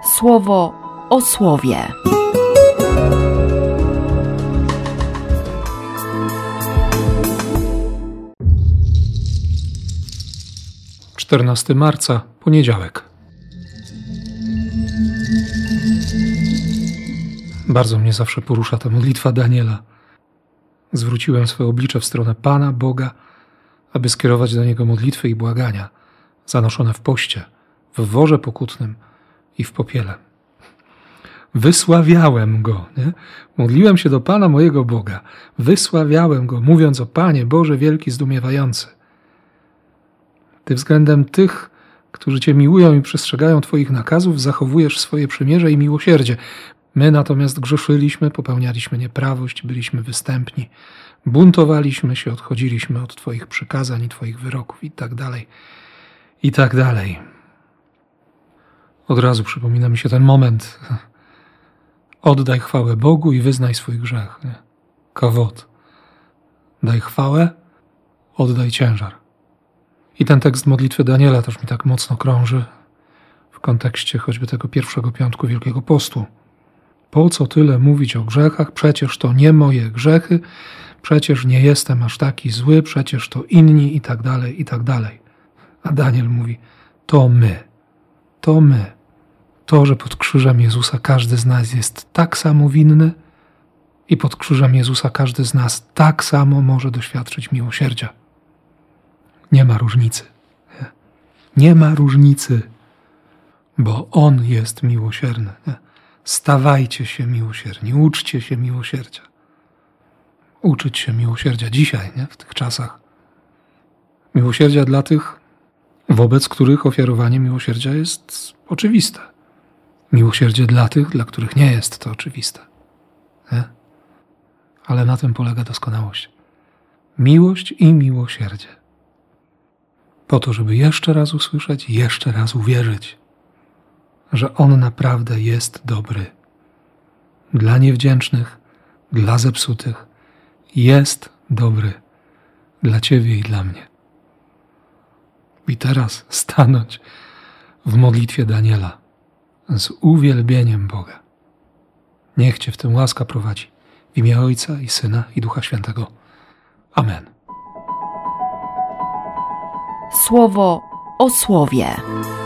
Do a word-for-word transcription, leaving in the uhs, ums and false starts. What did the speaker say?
Słowo o słowie. czternastego marca, poniedziałek. Bardzo mnie zawsze porusza ta modlitwa Daniela. Zwróciłem swoje oblicze w stronę Pana, Boga, aby skierować do Niego modlitwy i błagania, zanoszone w poście, w worze pokutnym i w popiele. Wysławiałem Go, nie? Modliłem się do Pana mojego Boga. Wysławiałem Go, mówiąc o Panie Boże wielki, zdumiewający. Ty względem tych, którzy Cię miłują i przestrzegają Twoich nakazów, zachowujesz swoje przymierze i miłosierdzie. My natomiast grzeszyliśmy, popełnialiśmy nieprawość, byliśmy występni, buntowaliśmy się, odchodziliśmy od Twoich przykazań i Twoich wyroków i tak dalej, i tak dalej. Od razu przypomina mi się ten moment. Oddaj chwałę Bogu i wyznaj swój grzech. Nie? Kawod. Daj chwałę, oddaj ciężar. I ten tekst modlitwy Daniela też mi tak mocno krąży w kontekście choćby tego pierwszego piątku Wielkiego Postu. Po co tyle mówić o grzechach? Przecież to nie moje grzechy, przecież nie jestem aż taki zły, przecież to inni i tak dalej, i tak dalej. A Daniel mówi, to my, to my. To, że pod krzyżem Jezusa każdy z nas jest tak samo winny i pod krzyżem Jezusa każdy z nas tak samo może doświadczyć miłosierdzia. Nie ma różnicy. Nie, nie ma różnicy, bo On jest miłosierny. Nie? Stawajcie się miłosierni, uczcie się miłosierdzia. Uczyć się miłosierdzia dzisiaj, nie? W tych czasach. Miłosierdzia dla tych, wobec których ofiarowanie miłosierdzia jest oczywiste. Miłosierdzie dla tych, dla których nie jest to oczywiste. Nie? Ale na tym polega doskonałość. Miłość i miłosierdzie. Po to, żeby jeszcze raz usłyszeć, jeszcze raz uwierzyć, że On naprawdę jest dobry. Dla niewdzięcznych, dla zepsutych jest dobry. Dla Ciebie i dla mnie. I teraz stanąć w modlitwie Daniela z uwielbieniem Boga. Niech Cię w tym łaska prowadzi. W imię Ojca i Syna i Ducha Świętego. Amen. Słowo o słowie.